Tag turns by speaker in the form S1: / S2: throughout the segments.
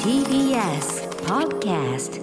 S1: TBS Podcast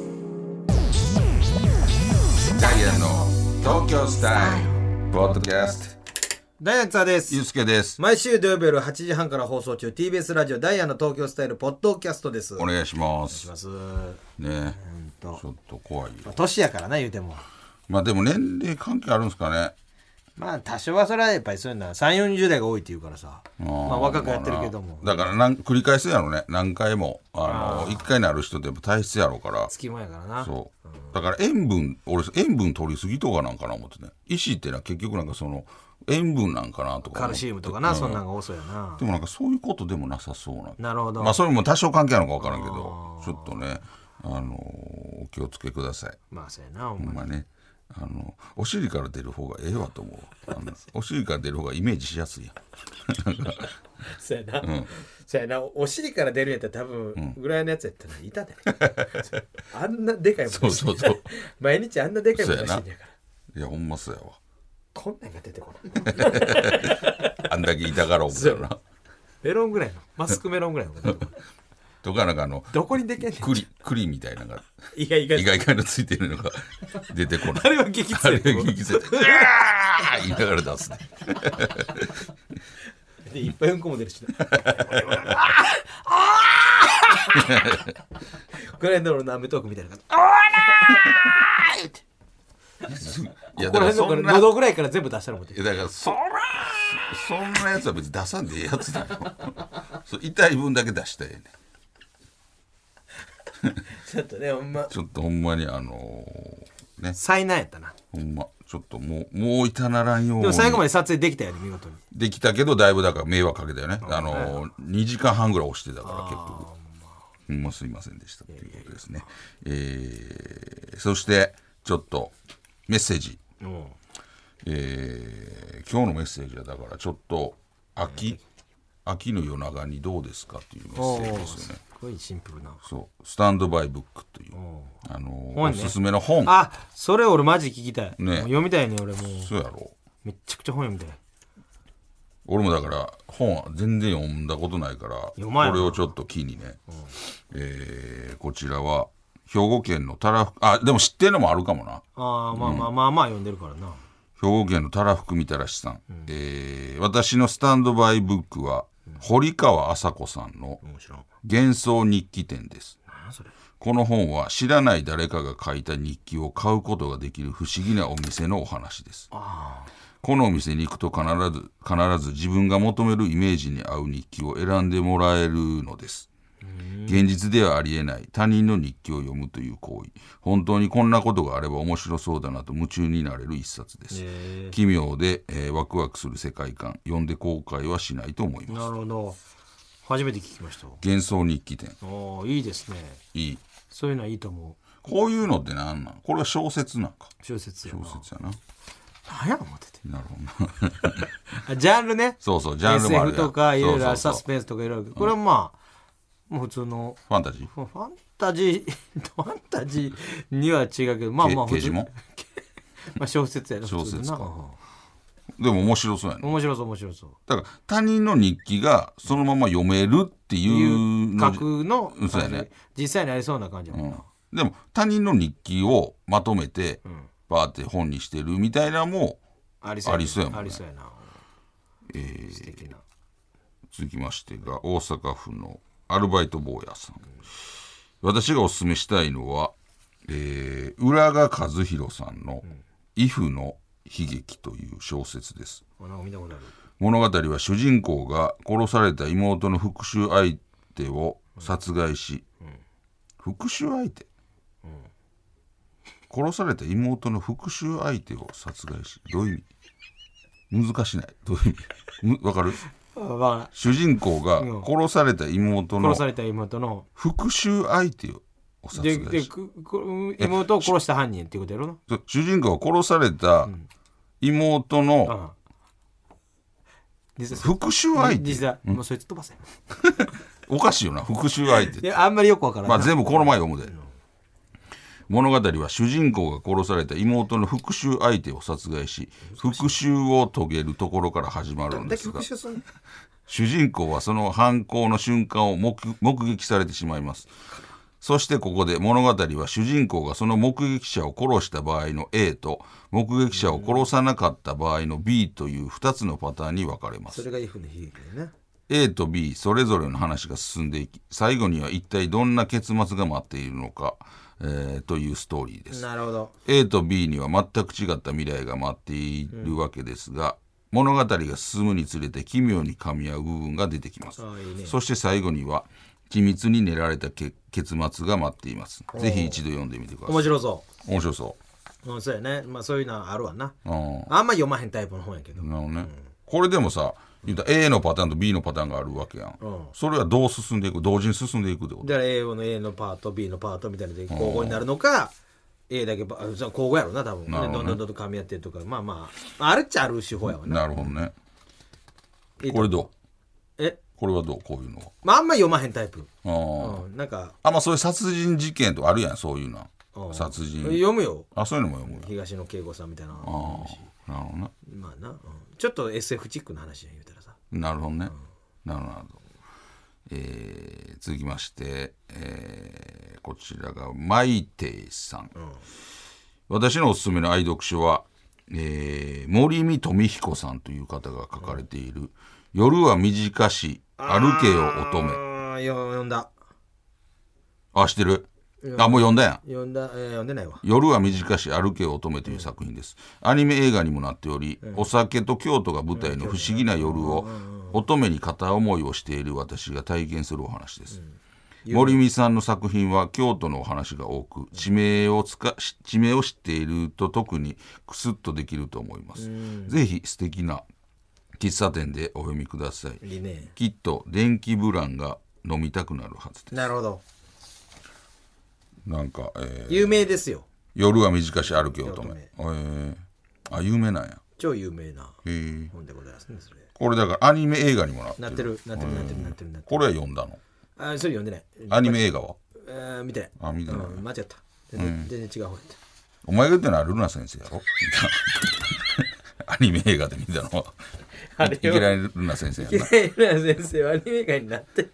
S2: ダイアンの東京スタイルポッドキャスト。
S3: ダイアンツァーです。
S2: ゆうすけです。
S3: 毎週土曜日夜8時半から放送中 TBS ラジオダイアンの東京スタイルポッドキャストです。
S2: お願いします。
S3: お願いします
S2: ね。ちょっと怖いよ。
S3: 年やからな言うても。
S2: まあでも年齢関係あるんですかね。
S3: まあ多少はそれはやっぱりそういうのは3、40代が多いって言うからさ。まあ若くやってるけども。
S2: だから繰り返すやろね。何回も1回になる人ってやっぱ体質やろうから。
S3: 月もやからな。
S2: そう。だから俺塩分取りすぎとかなんかな思ってね。石ってのは結局なんかその塩分なんかなとか。
S3: カルシウムとかな、そんなんが多そうやな。
S2: でもなんかそういうことでもなさそうな。
S3: なるほど。
S2: まあそれも多少関係あるのか分からんけど、ちょっとねお気をつけください。
S3: まあそうやな。ほんま
S2: まあね。お尻から出る方がええわと思う。お尻から出る方がイメージしやすいやん。
S3: そうやな、そうやな。お尻から出るんやったら多分ぐらいのやつやったらいたで、あんなでかいもん。
S2: そう
S3: 毎日あんなでかいもんらしいんやから。
S2: いやほんまそうやわ。
S3: こんなんが出てこない
S2: あんだけ痛がろうみたいな。
S3: メロンぐらいのマスクメロンぐらいの
S2: とかなんか
S3: どこにでけんねん。
S2: 栗みたいなのが
S3: 意外
S2: のついてるのが出てこない。
S3: あれは激つい。
S2: 言いながら出すね。
S3: でいっぱいうんこも出るしな。これの俺のアメトークみたいな感じ。
S2: いや
S3: ここら辺の喉ぐらいから全部出したのもん。
S2: だからそんなやつは別に出さんでええやつだよ。そう痛い分だけ出したらええね。
S3: ちょっとね、ほんま
S2: ちょっとほんまにね、
S3: 災難やったな。
S2: ほんまちょっともう痛ならんように。
S3: でも最後まで撮影できたよね、見事に。
S2: できたけどだいぶだから迷惑かけたよね。2時間半ぐらい押してたから結局ほんますいませんでしたということですね。そしてちょっとメッセージ、今日のメッセージはだからちょっと秋の夜長にどうですかっていうメッセージですよね。
S3: すごいシンプルな。
S2: そうスタンドバイブックという
S3: 本ね、
S2: おすすめの本。
S3: あ、それ俺マジ聞きたい、
S2: ね、
S3: 読みたいね。俺も
S2: そうやろ。
S3: めっちゃくちゃ本読みたい。
S2: 俺もだから本は全然読んだことないからこれをちょっと機にね、こちらは兵庫県のたらふく、でも知ってるのもあるかもな。
S3: まあ読んでるからな。
S2: 兵庫県のたらふくみたらしさん、私のスタンドバイブックは、堀川麻子さんの幻想日記展です。この本は知らない誰かが書いた日記を買うことができる不思議なお店のお話です。このお店に行くと必ず自分が求めるイメージに合う日記を選んでもらえるのです。現実ではありえない他人の日記を読むという行為、本当にこんなことがあれば面白そうだなと夢中になれる一冊です。奇妙で、ワクワクする世界観、読んで後悔はしないと思います。
S3: なるほど、初めて聞きました。
S2: 幻想日記展、
S3: いいですね。
S2: いい。
S3: そういうのはいいと思う。
S2: こういうのって何なん？これは小説なんか。
S3: 小説やな。何や思ってて。
S2: なるほ
S3: どジャンルね。
S2: そうジャンルもあるやん。
S3: SF とかいろいろサスペンスとかいろいろ。これはまあもう普通の
S2: ファンタジー
S3: には違うけど、まあ
S2: 刑事も
S3: まあ小説やな。
S2: 小説か。でも面白そうやね。
S3: 面白そう。
S2: だから他人の日記がそのまま読めるっていう
S3: 書くの、
S2: そうやね。
S3: 実際にありそうな感じやもんな。
S2: でも他人の日記をまとめてバーって本にしてるみたいなのもありそうやもんね。
S3: 素敵な。
S2: 続きましてが大阪府のアルバイト坊やさん、私がおすすめしたいのは、浦賀和弘さんの「イフの悲劇」という小説です。物語は主人公が殺された妹の復讐相手を殺害し、復讐相手、殺された妹の復讐相手を殺害し、どういう意味？難しない？どういう意味？わかる？主人公が殺された妹の復讐相手を殺害し、
S3: 妹を殺した犯人っていうことやろな。
S2: 主人公が殺された妹の復讐相手、
S3: もうそいつ飛ばせ。
S2: おかしいよな、復讐相手って。
S3: いやあんまりよくわからない。
S2: 全部この前読むで。物語は主人公が殺された妹の復讐相手を殺害し、復讐を遂げるところから始まるんですが、 主人公はその犯行の瞬間を目撃されてしまいます。そしてここで物語は主人公がその目撃者を殺した場合の A と目撃者を殺さなかった場合の B という2つのパターンに分かれます。
S3: それが F の悲劇だよね。
S2: A と B それぞれの話が進んでいき、最後には一体どんな結末が待っているのか、というストーリーです。
S3: なるほど。
S2: A と B には全く違った未来が待っているわけですが、物語が進むにつれて奇妙に噛み合う部分が出てきます。
S3: いいね。
S2: そして最後には緻密に練られた結末が待っています。ぜひ一度読んでみてください。
S3: 面白そ
S2: 面白そ
S3: う。そうやね。まあそういうのあるわな。
S2: う。
S3: あんま読まへんタイプの本やけど。
S2: なるほどね。これでもさ、言うたら A のパターンと B のパターンがあるわけやん。それはどう進んでいく、同時に進んでいくってこと。
S3: だから A のパート B のパートみたいなので交互になるのか、A だけ交互やろな多分。
S2: なるほどね。
S3: どんどん噛み合ってるとか、まああるっちゃある手法やわな。
S2: なるほどね。これどう？これはどう？こういうのは。
S3: まああんま読まへんタイプ。なんか
S2: そういう殺人事件とかあるやん、そういうの。殺人
S3: 読むよ。
S2: そういうのも読むよ。
S3: 東野圭吾さんみたいな。
S2: なるほどね。
S3: まあな、ちょっと SF チックな話や言うたらさ。
S2: なるほどね。なるほど。続きまして、こちらがマイテイさん。私のおすすめの愛読書は、森見富彦さんという方が書かれている「夜は短し歩けよ乙女」。
S3: 読んだ。
S2: 知ってる？もう読んだやん。
S3: 読んでないわ。
S2: 夜は短し歩けよ乙女という作品です。アニメ映画にもなっており、お酒と京都が舞台の不思議な夜を乙女に片思いをしている私が体験するお話です。森見さんの作品は京都のお話が多く、地名を知っていると特にクスッとできると思います。ぜひ素敵な喫茶店でお読みください。
S3: いいね。
S2: きっと電気ブランが飲みたくなるはずです。
S3: なるほど。
S2: なんか、
S3: 有名ですよ。
S2: 夜は短し歩けよ乙女。有名なんや。
S3: 超有名な本でございますね。それ
S2: これだからアニメ映画にもなってる。これは読んだの？
S3: それ読んでない。
S2: アニメ映画は
S3: 見てない。
S2: 見てない。
S3: 間違った。全然違う方やった。
S2: お前が言ってのはルナ先生やろ。アニメ映画で見たのは池田ルナ先生やな。
S3: 池田ルナ先生はアニメ映画になって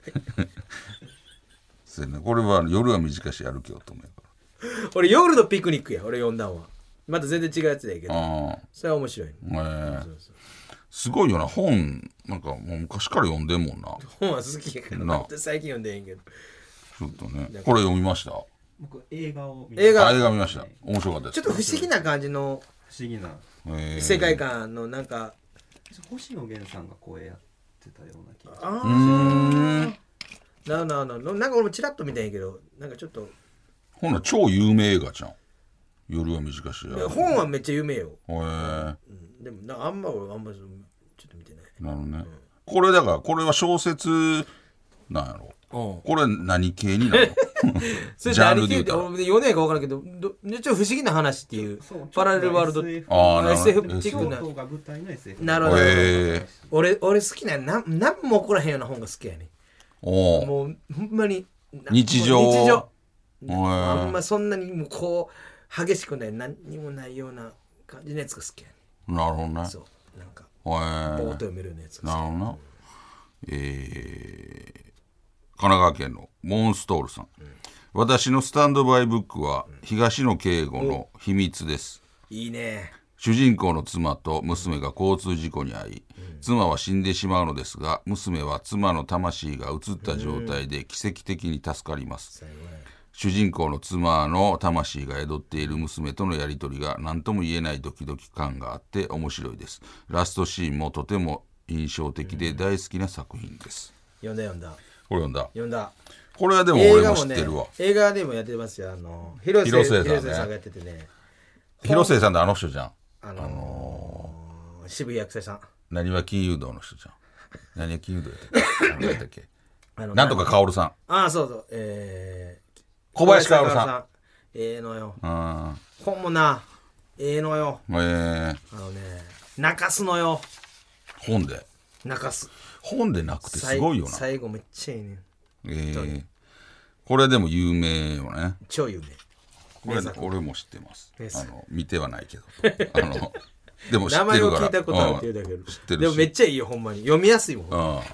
S2: これは夜は短し歩けよ乙女やか
S3: ら。俺夜のピクニックや。俺読んだんはまた全然違うやつだけど、それは面白い。
S2: すごいよな。本なんかもう昔から読んでんもんな。
S3: 本は好きやからな。最近読んでへんけど。
S2: ちょっとね。これ読みました？
S1: 僕映画見
S2: ました。面白かったです。
S3: ちょっと不思議な感じの世界観のなんか
S1: 星野源さんが声やってたような気がする。
S3: なんか俺もチラッと見たんやけど、なんかちょっと
S2: ほんな超有名映画じゃん。夜は短し。
S3: 本はめっちゃ有名よ。でもあんまちょっと見てない。
S2: なるほどね。これだからこれは小説なんやろ。これ何系になるの？
S3: ジャンルで言うたら4年か分からんけど、ちょっと不思議な話っていうパラレルワールド SF チックな。なるほど。俺好きな何も起こらへんような本が好きやね。もうほんまに
S2: 日常
S3: あんまそんなにもうこう激しくない何にもないような感じのやつが好きやね。
S2: なるほどね。
S3: そうなんかぼーっと読めるようなやつが好き。
S2: なるほどな。神奈川県のモンストールさん、私のスタンドバイブックは東野圭吾の秘密です。
S3: いいね。
S2: 主人公の妻と娘が交通事故に遭い、妻は死んでしまうのですが、娘は妻の魂が移った状態で奇跡的に助かります。主人公の妻の魂が宿っている娘とのやり取りが何とも言えないドキドキ感があって面白いです。ラストシーンもとても印象的で大好きな作品です。
S3: 読んだ。
S2: これ読んだ。
S3: こ
S2: れはでも俺も知ってるわ。
S3: 映画でもやってますよ。広末さんがやっててね。
S2: 広末さんってあの人じゃん。
S3: 渋谷役者さん。
S2: 何は金融道の人じゃん。何は金融道やったっけ。なんとか薫さん。
S3: そう。
S2: 小林薫さ
S3: ん。のよ。本もな。のよ。泣かすのよ。
S2: 本で
S3: 泣かす。
S2: 本で泣くってすごいよな。
S3: 最後めっちゃいいね。
S2: これでも有名よね。
S3: 超有名。
S2: これ俺も知ってます。見てはないけど。でも知ってるから。
S3: 名前を聞いたことあるっていうだけで。でもめっちゃいいよほんまに。読みやすいもん。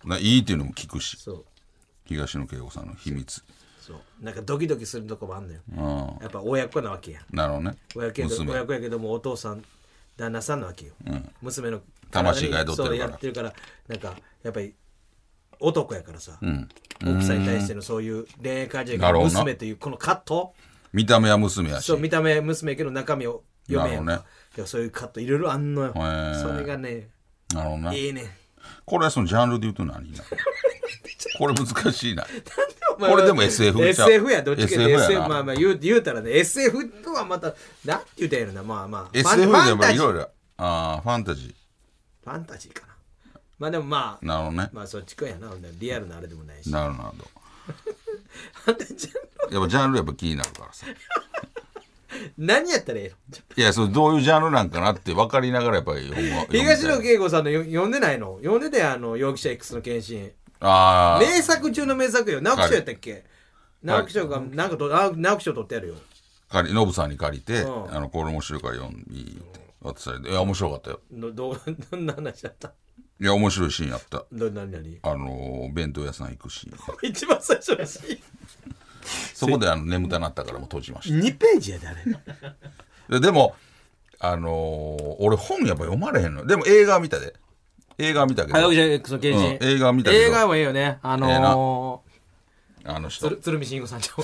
S2: いいっていうのも聞くし、
S3: そう
S2: 東野圭吾さんの秘密。
S3: そうなんかドキドキするとこもあんのよ。
S2: うん、
S3: やっぱ親子なわけや。
S2: なるほどね。
S3: 親子やけどもお父さん旦那さんなわけよ、娘の
S2: 魂が宿ってるから、
S3: そうやってるから、なんかやっぱり男やからさ、奥さんに対してのそういう恋愛感情が娘というこの葛藤、
S2: 見た目は娘やし、
S3: そう見た目娘やけど中身を嫁やんか、
S2: ね、
S3: いやそういう葛藤いろいろあんのよ。それがね、
S2: なるほどな。
S3: いいね。
S2: これはそのジャンルで言うと何なこれ難しいな。これでも SF ちゃう。
S3: SF やどっちかで
S2: SF や
S3: まあまあ言うたらね SF とはまたなんて言うたらいいのな、まあまあ
S2: SF でやっぱいろいろファンタジ
S3: ーかな。まあでもまあ
S2: なるほどね。
S3: まあそっちかやな、リアルなあれでもないし。
S2: なるほどやっぱジャンルやっぱ気になるからさ
S3: 何やったらええの。
S2: いやそれどういうジャンルなんかなって分かりながらやっぱり
S3: 東野圭吾さんの読んでないの。読んでて容疑者 X の献身。名作中の名作よ。直木賞やったっけ。直木賞がなんか直木賞取ってやるよ。
S2: ノブさんに借りて、これ面白いから読んでって渡されて、いや面白かったよ。
S3: どんな話だった。
S2: いや面白いシーンやった。
S3: 何
S2: 弁当屋さん行くシーン
S3: 一番最初のシーン
S2: そこで眠たなったからもう閉じました。
S3: 2ページやであ
S2: れでも俺本やっぱ読まれへんの。でも映画見たで。映画見たけど。
S3: 映画
S2: 見たけど。
S3: 映画もいいよね。
S2: あの人。
S3: 鶴見慎吾さんちゃう。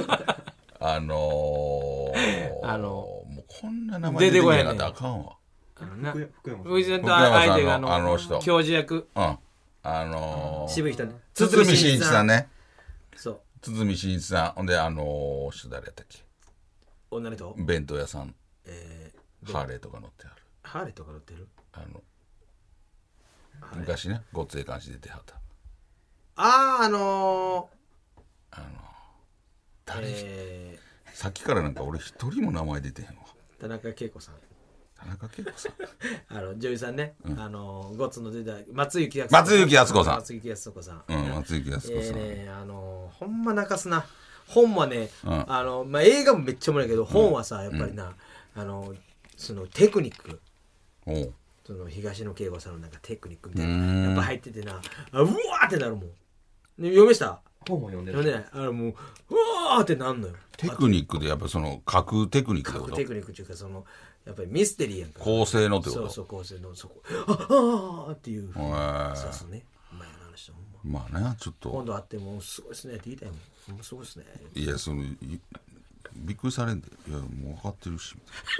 S2: もうこんな名前出てこへんかったらあかんわ。
S3: 福山さんの
S2: 人。
S3: 教授役。渋い人ね。
S2: 堤真一さんね。
S3: そう。
S2: 堤真一さん。ほんで人誰やったっけ。
S3: 女の人。
S2: 弁当屋さん。ハーレーとか乗ってある。
S3: ハーレーとか乗ってる。
S2: 昔ね、ごっつええ感じで出はった。誰、さっきからなんか俺一人も名前出てへんわ。
S3: 田中圭子さん。女優さんね、ゴッツの出た松雪泰子さん。
S2: 松雪泰子さん。
S3: 松雪泰子さん。
S2: ほ
S3: んま泣かすな。本はね、映画もめっちゃおもろいけど、本はさやっぱりな、そのテクニック。その東野圭吾さんのなんかテクニックみたいなやっぱ入っててな、うわーってなるもん。読めした？
S1: 本も読んで
S3: ない。もううわーってなんのよ。
S2: テクニックでやっぱその書くテクニックってこと？
S3: 書くテクニックっていうかそのやっぱりミステリーやんか。
S2: 構成のってこと？
S3: そう構成のそこあっていう。そうそうね。
S2: まあねちょっと
S3: 今度会ってもすごいっすねって言いたいもん。すごいっすね。
S2: いやそのびっくりされんで、いやもう分かってるし。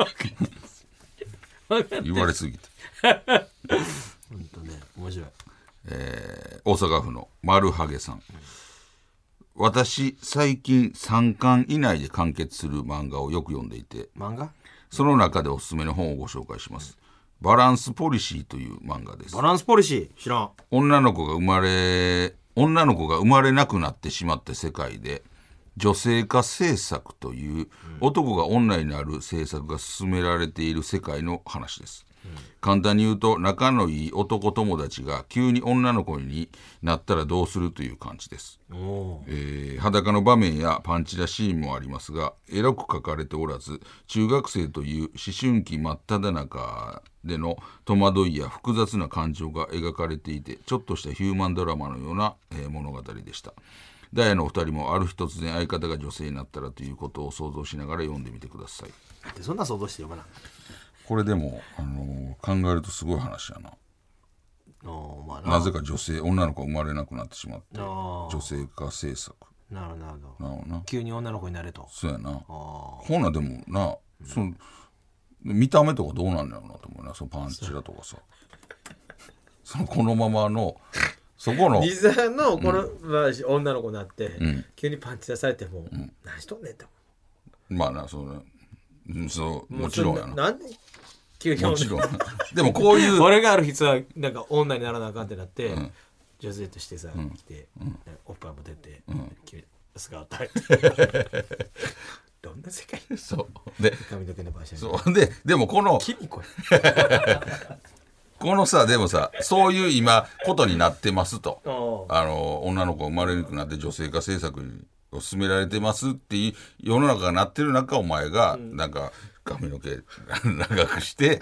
S2: 言われすぎて
S3: 本当ね面白い。
S2: 大阪府の丸ハゲさん、私最近3巻以内で完結する漫画をよく読んでいて、
S3: 漫画
S2: その中でおすすめの本をご紹介します。バランスポリシーという漫画です。
S3: バランスポリシー知らん。
S2: 女の子が生まれなくなってしまった世界で女性化政策という男が女になる政策が進められている世界の話です。簡単に言うと仲のいい男友達が急に女の子になったらどうするという感じです。裸の場面やパンチラシーンもありますがエロく書かれておらず、中学生という思春期真っ只中での戸惑いや複雑な感情が描かれていて、ちょっとしたヒューマンドラマのような、物語でした。ダイヤのお二人もある日突然相方が女性になったらということを想像しながら読んでみてください。
S3: そんな想像して読まな。
S2: これでも、考えるとすごい話やな。なぜか女の子が生まれなくなってしまって女性化政策。
S3: なるほど。急に女の子になれと。
S2: そうやな。ほなでもな、その見た目とかどうなんだろうなと思うな。そのパンチラとかさそのこのままのそこの
S3: 実際のこの、女の子になって、急にパンチ出されても、何しとんねんって
S2: まあなそうもちろんやな。
S3: なんで急に
S2: もちろんでもこういう
S3: 俺がある日さなんか女にならなあかんってなって、女性としてさ来て、おっぱいも出て、急に姿を与えてどんな世界
S2: そうで
S3: 髪の毛の場所に
S2: そうでもこの
S3: 君これ
S2: このさでもさそういう今ことになってますと女の子が生まれなくなって女性化政策を進められてますっていう世の中がなってる中お前がなんか髪の毛長くして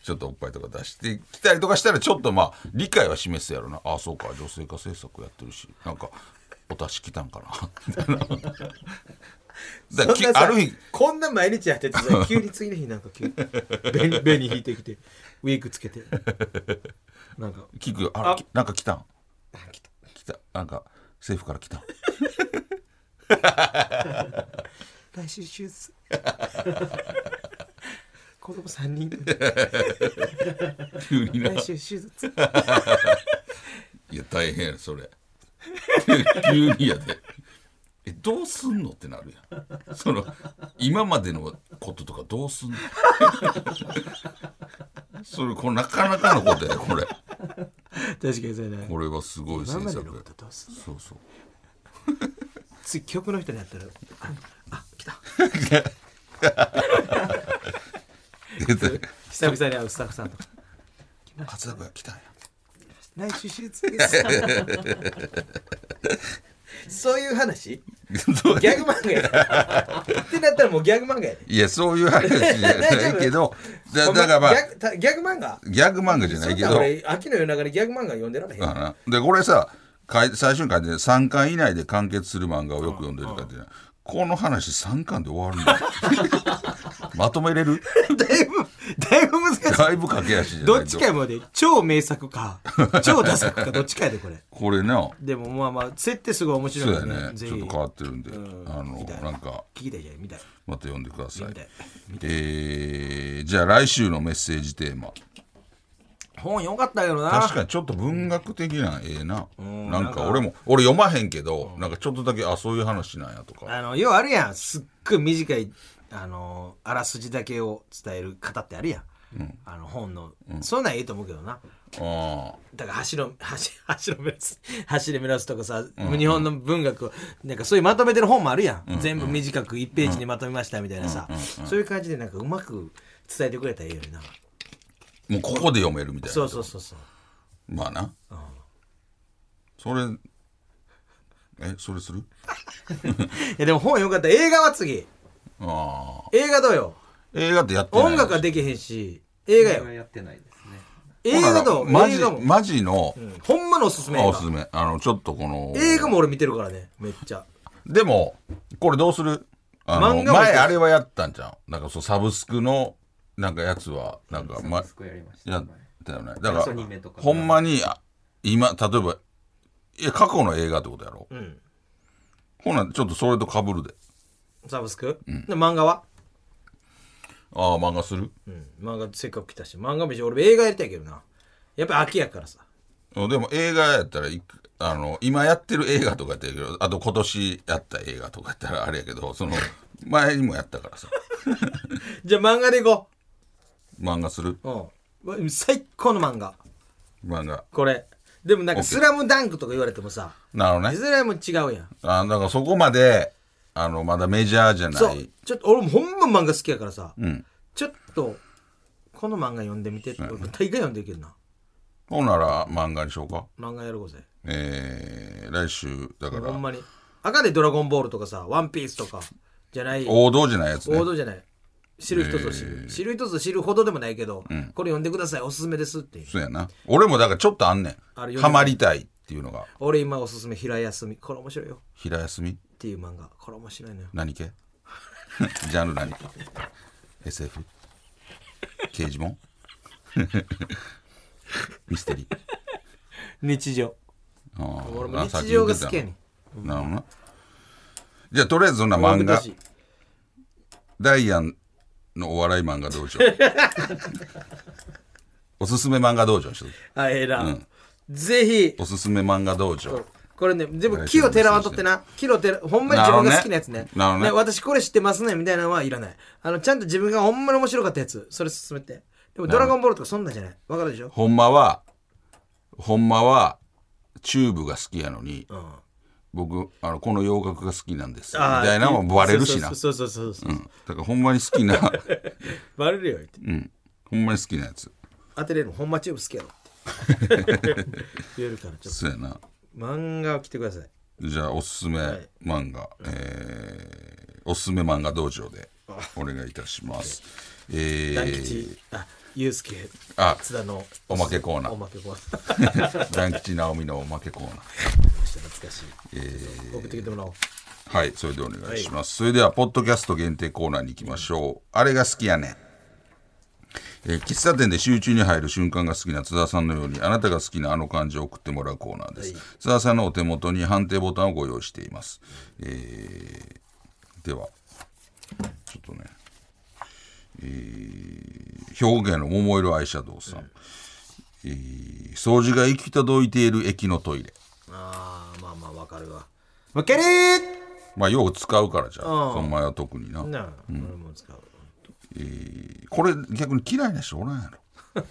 S2: ちょっとおっぱいとか出してきたりとかしたらちょっとまあ理解は示すやろな。あ、そうか、女性化政策やってるし、なんかお達し来たんかなみたいな。だからある日
S3: こんな毎日やっててさ、急に次の日なんか急に紅引いてきてウィークつけてなんか
S2: 聞くよ。あ、なんか来たん。来た。なんか政府から来たん。
S3: 来週手術子供3人
S2: 急にな。
S3: 来週手術
S2: いや大変やそれ。急にやで。どうすんのってなるやん。その今までのこととかどうすんの。それこれなかなかのことやこれ。
S3: 確かにそうやね。
S2: これはすごい制作。
S3: そう
S2: そう。
S3: 次曲の人にやったら来た。久々に会うスタッフさんとか。
S2: 活躍が来たんや。
S3: 来週手術です。そういう話？ギャグ漫画や。ってなったらもうギャグ漫画やで。
S2: いやそういう話じゃないけど、だからまあ
S3: ギャグ漫画？
S2: ギャグ漫画じゃないけど。
S3: 俺秋の夜長にギャグ漫画読んでられへん。
S2: でこれさ、最初に書いて3巻以内で完結する漫画をよく読んでるかっていうのは、この話3巻で終わるんだ。まとめれる？
S3: だいぶ難しい。
S2: だいぶ駆け足じゃないと。
S3: どっちかもで超名作か超ダ作かどっちかやでこれ。
S2: これな。
S3: でもまあまあ設定すごい面白い
S2: よね。そうやね。ちょっと変わってるんで、なんか
S3: 聞きたいじゃんみたい。
S2: また読んでください。じゃあ来週のメッセージテーマ。
S3: 本よかったけどな。
S2: 確かにちょっと文学的なな。なんか俺読まへんけど、なんかちょっとだけそういう話なんやとか。
S3: 要はあるやん。すっごい短いあらすじだけを伝える方ってあるやん。本の、そんなんいいと思うけどな。だから走れ目指すとかさ、日本の文学をなんかそういうまとめてる本もあるやん。全部短く1ページにまとめましたみたいなさ、そういう感じでなんかうまく伝えてくれたらいいよな。
S2: もうここで読めるみたいな。
S3: そう
S2: まあな、それそれする。い
S3: やでも本よかった。映画は次。映画どうよ。
S2: 映画ってやってない。
S3: 音楽はできへんし映画よ。
S1: やってないですね。
S3: 映画と
S2: マジの、
S3: ほんまのおすすめ映画。
S2: おすすめ。ちょっとこの
S3: 映画も俺見てるからね、めっちゃ。
S2: でもこれどうする？前あれはやったんじゃん。なんかそうサブスクのなんかやつはなんか
S1: サブスクやりました。
S2: やったよね。だからほんまに今例えば過去の映画ってことやろ。ほなちょっとそれと被るで。
S3: サブスク？で漫画は？
S2: 漫画する？
S3: 漫画せっかく来たし、漫画見て俺映画やりたいけどな。やっぱ秋やからさ。
S2: でも映画やったら今やってる映画とかやったらけど、あと今年やった映画とかやったらあれやけど、その前にもやったからさ。
S3: じゃあ漫画でいこ
S2: う。漫画する？
S3: 最高の漫画。これ。でもなんかスラムダンクとか言われてもさ、
S2: なるほどね。
S3: いずれも違うやん。
S2: だからそこまでまだメジャーじゃない。そう。
S3: ちょっと俺もほんま漫画好きやからさ、ちょっとこの漫画読んでみてって、大概読んでいけるな。
S2: ほんなら漫画にしようか。
S3: 漫画やろうぜ。
S2: 来週だから
S3: ほんまに赤でドラゴンボールとかさ、ワンピースとかじゃない。
S2: 王道じゃないやつね。
S3: 王道じゃない。知る人ぞ知る。知る人ぞ知るほどでもないけど、これ読んでください、おすすめですっていう。
S2: そうやな。俺もだからちょっとあんねん。ハマりたいっていうのが。
S3: 俺今おすすめ平休み。これ面白いよ。
S2: 平休み
S3: っていう漫画。これ面白いのよ。
S2: 何系？ジャンル何？SF？ 刑事本？ミステリー？
S3: 日常。俺も日常が好きやねん。
S2: なるほどな。じゃあとりあえずそんな漫画。ダイアンのお笑い漫画道場。おすすめ漫画道場にしとく。
S3: ぜひ
S2: おすすめ漫画道場。
S3: これね、でも木をてらわとってな、ほんまに自分が好きなやつね。私これ知ってますねみたいなのはいらない。ちゃんと自分がほんまに面白かったやつ、それ進めて。でもドラゴンボールとかそんなんじゃない。わかるでしょ。
S2: ほんまはチューブが好きやのに、僕この洋楽が好きなんですみたいなのもバレるしな。
S3: そう、
S2: だからほんまに好きな
S3: バレるよ。
S2: ほんまに好きなやつ
S3: 当てれるの。ほんまチューブ好きやろって言えるから。ちょっと
S2: そうやな。
S3: 漫画を来てください。
S2: じゃあおすすめ漫画、おすすめ漫画道場でお願いいたします。
S3: ユースケ津田の
S2: おまけコーナー。
S3: おまけコーナー。
S2: 団吉直美のおまけコーナー。
S3: 懐かしい。送ってきてもらおう。
S2: はい、それでお願いします。それではポッドキャスト限定コーナーに行きましょう。あれが好きやねん。喫茶店で集中に入る瞬間が好きな津田さんのように、あなたが好きなあの漢字を送ってもらうコーナーです。津田さんのお手元に判定ボタンをご用意しています。ではちょっとね、兵庫県の桃色アイシャドウさん、掃除が行き届いている駅のトイレ。
S3: まあわかるわ。わかるー。
S2: よう使うからじゃあ、その前は特にな。俺
S3: も使う。
S2: これ逆に嫌いな人おらんやろ。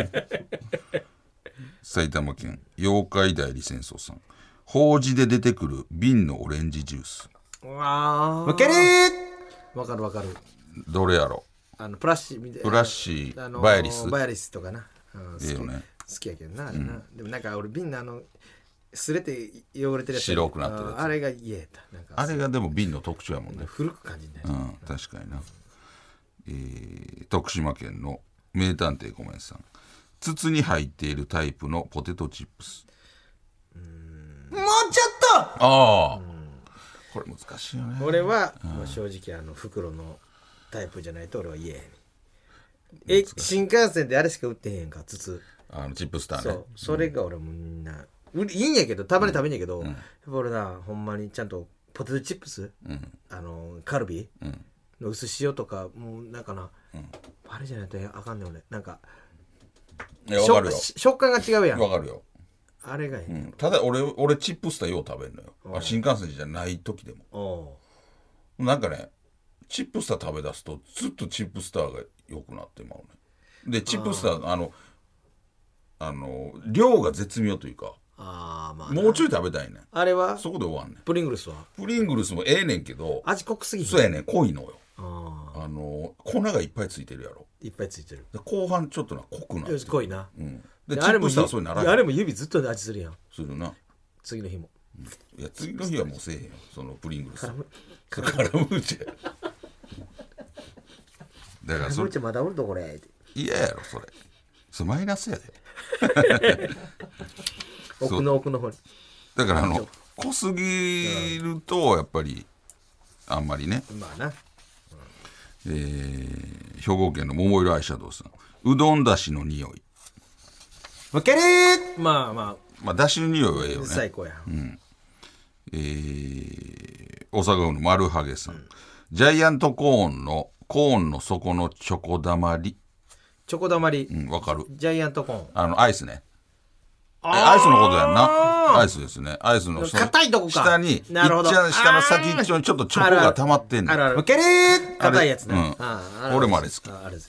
S2: 埼玉県妖怪代理戦争さん、法事で出てくる瓶のオレンジジュース。
S3: わかるー。わかる。
S2: どれやろ。
S3: プラッシーみたいな。
S2: プラッシー、バイアリス
S3: とかな。
S2: いいよね。
S3: 好きやけどな、あれな。でもなんか俺瓶のすれて汚れてるやつ、
S2: 白くなってるやつ、
S3: あれが嫌やった。なんか
S2: あれがでも瓶の特徴やもんね。
S3: 古く感じね。
S2: 確かにな。徳島県の名探偵ごめんさん、筒に入っているタイプのポテトチップス。
S3: もうちょっ
S2: とこれ難しいよね。
S3: 俺はもう正直袋のタイプじゃないと俺は嫌やね。新幹線であれしか売ってへんか、筒、
S2: チップスターね。
S3: それが俺もみんないいんやけど、たまに食べんやけど、やっぱ俺な、ほんまにちゃんとポテトチップス、カルビの薄塩とか、もうなんかな、あれじゃないとあかんねん俺。なんか食感が違うやん。
S2: わかるよ。
S3: あれがいい、
S2: ただ俺チップスターよう食べんのよ。新幹線じゃない時でも。なんかね、チップスター食べ出すとずっとチップスターが良くなってまうね。でチップスター量が絶妙というか、もうちょい食べたいねん。
S3: あれは
S2: そこで終わんねん。
S3: プリングルス
S2: もええねんけど、
S3: 味濃くすぎ。
S2: そうやねん、濃いのよ。粉がいっぱいついてるやろ。
S3: いっぱいついてる。
S2: 後半ちょっとな濃くなってる。
S3: 濃いな。
S2: でチップスターはそうにならない。
S3: あれも指ずっと味するやん。
S2: するな。
S3: 次の日も。
S2: いや次の日はもうせえへんよ、そのプリングルス。絡むじゃ。だからそれ
S3: まだおるとこれ。
S2: 嫌やろそれ。それマイナスやで。
S3: 奥の方に。
S2: だから濃すぎるとやっぱりあんまりね。
S3: まあな。
S2: 兵庫県の桃色アイシャドウさん、うどんだしの匂い。
S3: わかるー。ま
S2: あだしの匂いはええよね。
S3: 最高や。
S2: 大阪府の丸ハゲさん、ジャイアントコーンの底のチョコだまり。
S3: チョコだまり。
S2: わかる。
S3: ジャイアントコーン。
S2: アイスね。アイスのことやんな。アイスですね。アイスの
S3: 硬いとこか。
S2: 下に、下の先っちょにちょっとチョコが溜まってんねん。
S3: わかるー。硬いやつね。
S2: 俺もあれ好き。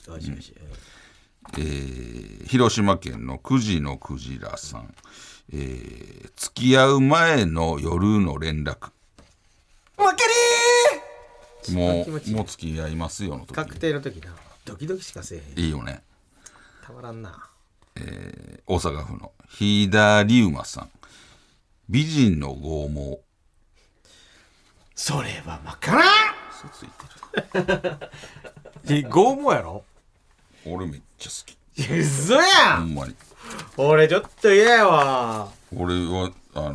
S2: 広島県の9時のクジラさん、付き合う前の夜の連絡。
S3: わか
S2: るー。もう付き合いますよの時。
S3: 確定の時な。ドキドキしかせえへん。
S2: いいよね。
S3: たまらんな。
S2: 大阪府のヒダリウマさん、美人の剛毛。
S3: それはわからん。
S2: 嘘ついてる。
S3: 剛毛やろ。
S2: 俺めっちゃ好き。
S3: 嘘やん。
S2: ほんまに。
S3: 俺ちょっと嫌やわ。
S2: 俺は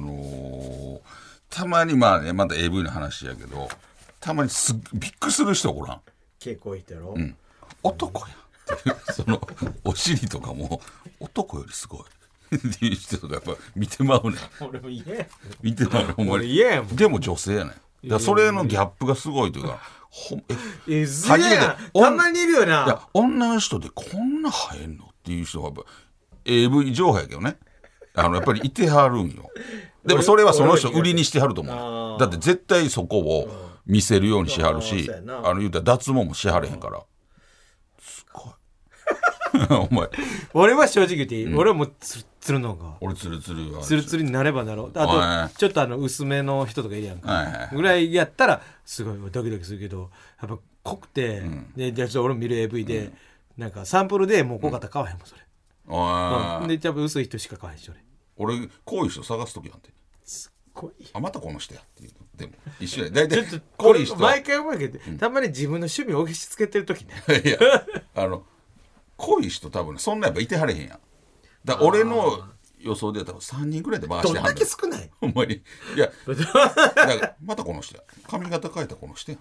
S2: たまにまた AV の話やけど、たまにびっくりする人おらん。
S3: 結構いいってやろ。
S2: 男やっていうそのお尻とかも男よりすごいっていう人とかやっぱ見てまうねん。
S3: 俺も嫌や。
S2: 見てまうねん。
S3: 俺嫌やもん。
S2: でも女性やねん。だからそれのギャップがすごいというか、
S3: 初めてたまにいるよな。
S2: いや女の人でこんな生えんのっていう人がやっぱ AV 上手やけどね、やっぱりいてはるんよ。でもそれはその人売りにしてはると思う。だって絶対そこを見せるようにしはるし、言うたら脱毛もしはれへんから。すごいお前。
S3: 俺は正直言っていい、俺はもうつるのが
S2: 俺ツルツ
S3: ルになればなろう。あとちょっと薄めの人とかいるやんか、ぐらいやったらすごいドキドキするけど、やっぱ濃くて、でじゃあ俺も見る AV で、なんかサンプルでもう濃かったら買わへんもんそれ。でやっぱ薄い人しか買わへんし
S2: 俺こういう人探す時なんて
S3: すっごい。
S2: またこの人やっていう。でも一緒や。大体
S3: ちょっとこういう人毎回思うけど、たまに自分の趣味を押し付けてる時ね。
S2: いや濃濃い人多分そんなやっぱいてはれへんやん。だから俺の予想では多分3人ぐらいで回してはんねん。
S3: どんだけ少ない
S2: ほんまに。いやだからまたこの人や髪型変えたこの人や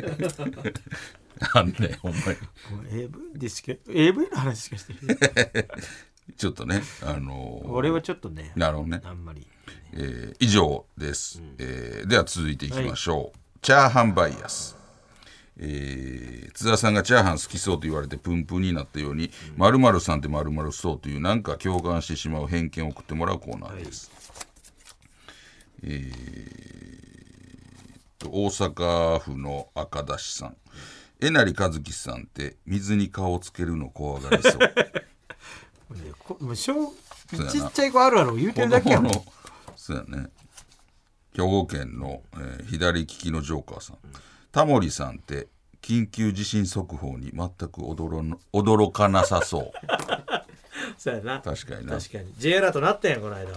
S2: なんでほんまに
S3: AV ですけど AV の話しかしてる
S2: ちょっとね
S3: 俺はちょっとね
S2: なるほどね
S3: あんまり、
S2: 以上です、では続いていきましょう、はい、チャーハンバイアス。津田さんがチャーハン好きそうと言われてプンプンになったように〇〇さんって〇〇そうというなんか共感してしまう偏見を送ってもらうコーナーです、はい、大阪府の赤だしさん、えなりかずきさんって水に顔をつけるの怖がりそう
S3: ちっちゃい子あるある言うてるだけやもん。
S2: そうやね。兵庫県の、左利きのジョーカーさん、タモリさんって緊急地震速報に全く驚かなさそう
S3: そうやな。
S2: 確かにな。
S3: 確かに J アラートなったんやこの間。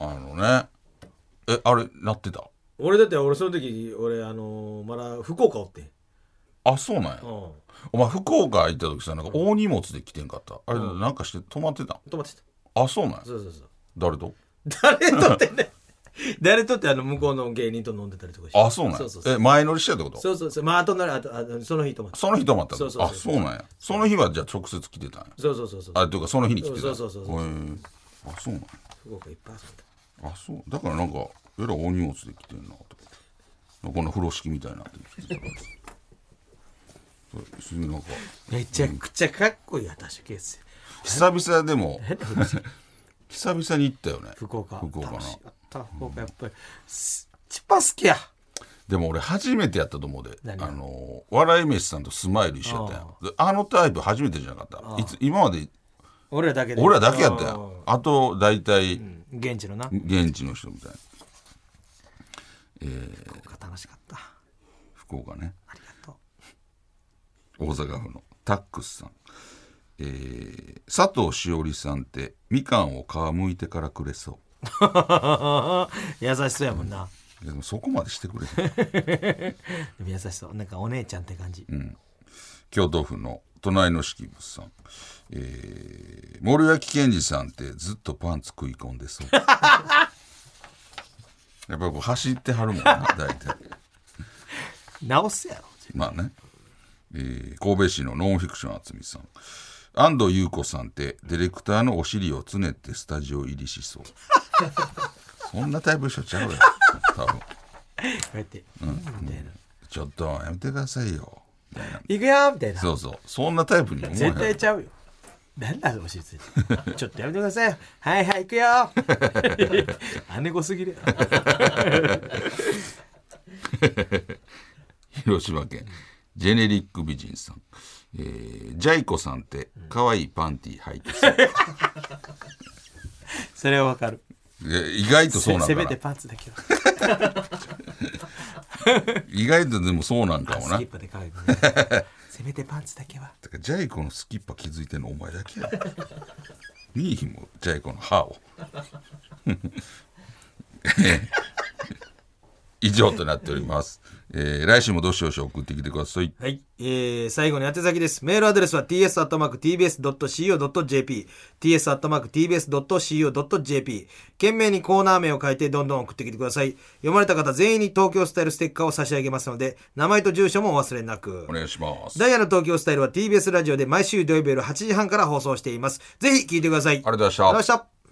S2: あれなってた。
S3: 俺だって俺その時まだ福岡おって。
S2: あ、そうなんや、お前福岡行った時さなんか大荷物で来てんかった、あれなんかして泊まってた。
S3: 泊まってた。
S2: あ、そうなんや。
S3: そう
S2: 誰と
S3: ってね誰とって向こうの芸人と飲んでたりとかして。
S2: あ、そうなんや。前乗りしてってこと。
S3: そうまああとならその日泊まった。
S2: その日泊まったの。あ、そうなんや。その日はじゃあ直接来てたんや。
S3: そう
S2: あ、というかその日に来てた。
S3: そう
S2: あ、そうなんや。
S3: 福岡いっぱい遊ん
S2: だ。あ、そうだからなんかえらい大荷物で来てんなとこの風呂敷みたいなってなんか
S3: めちゃくちゃかっこいいアタッシュケース。
S2: 久々でも久々に行ったよね。
S3: 福岡な。
S2: 福岡
S3: やっぱりチパ好きや。
S2: でも俺初めてやったと思うで、笑い飯さんとスマイル一緒やったやん。あのタイプ初めてじゃなかった。今まで
S3: 俺らだけや
S2: ったやん。あと大体、
S3: 現地の人
S2: みたいな。
S3: 福岡楽しかった。
S2: 福岡ね。
S3: ありがと
S2: う。大阪府のタックスさん、佐藤しおりさんってみかんを皮むいてからくれそう
S3: 優しそうやもんな。
S2: でもそこまでしてくれ
S3: でも優しそう、なんかお姉ちゃんって感じ、
S2: 京都府の隣の式物さん、森脇健児さんってずっとパンツ食い込んでそうやっぱこう走ってはるもんな大体
S3: 直すやろ。
S2: まあね、神戸市のノンフィクションあつみさん、安藤優子さんってディレクターのお尻をつねってスタジオ入りしそうそんなタイプしょちゃうよ多分こ
S3: うやって、
S2: ちょっとやめてくださいよ
S3: 行くよみたいな。
S2: そうそんなタイプに思えへん。
S3: 絶対ちゃうよ。なんだお尻ついてちょっとやめてくださいよ。はい行くよ姉子すぎる
S2: 広島県ジェネリック美人さん、ジャイコさんって可愛いパンティ履いてそう
S3: それはわかる。
S2: 意外とそうなんかな。
S3: せめてパンツだけは
S2: 意外とでもそうなんかもな。
S3: スキッパで可愛いねせめてパンツだけは。
S2: だからジャイコのスキッパ気づいてんのお前だけや見えひんもジャイコの歯を以上となっております。来週もどしどし送ってきてください。
S3: はい、最後に宛先です。メールアドレスは ts@tbs.co.jp ts@tbs.co.jp 懸命にコーナー名を書いてどんどん送ってきてください。読まれた方全員に東京スタイルステッカーを差し上げますので名前と住所もお忘れなく
S2: お願いします。
S3: ダイヤの東京スタイルは TBS ラジオで毎週土曜日夜8時半から放送しています。ぜひ聞いてください。
S2: ありがとうございました。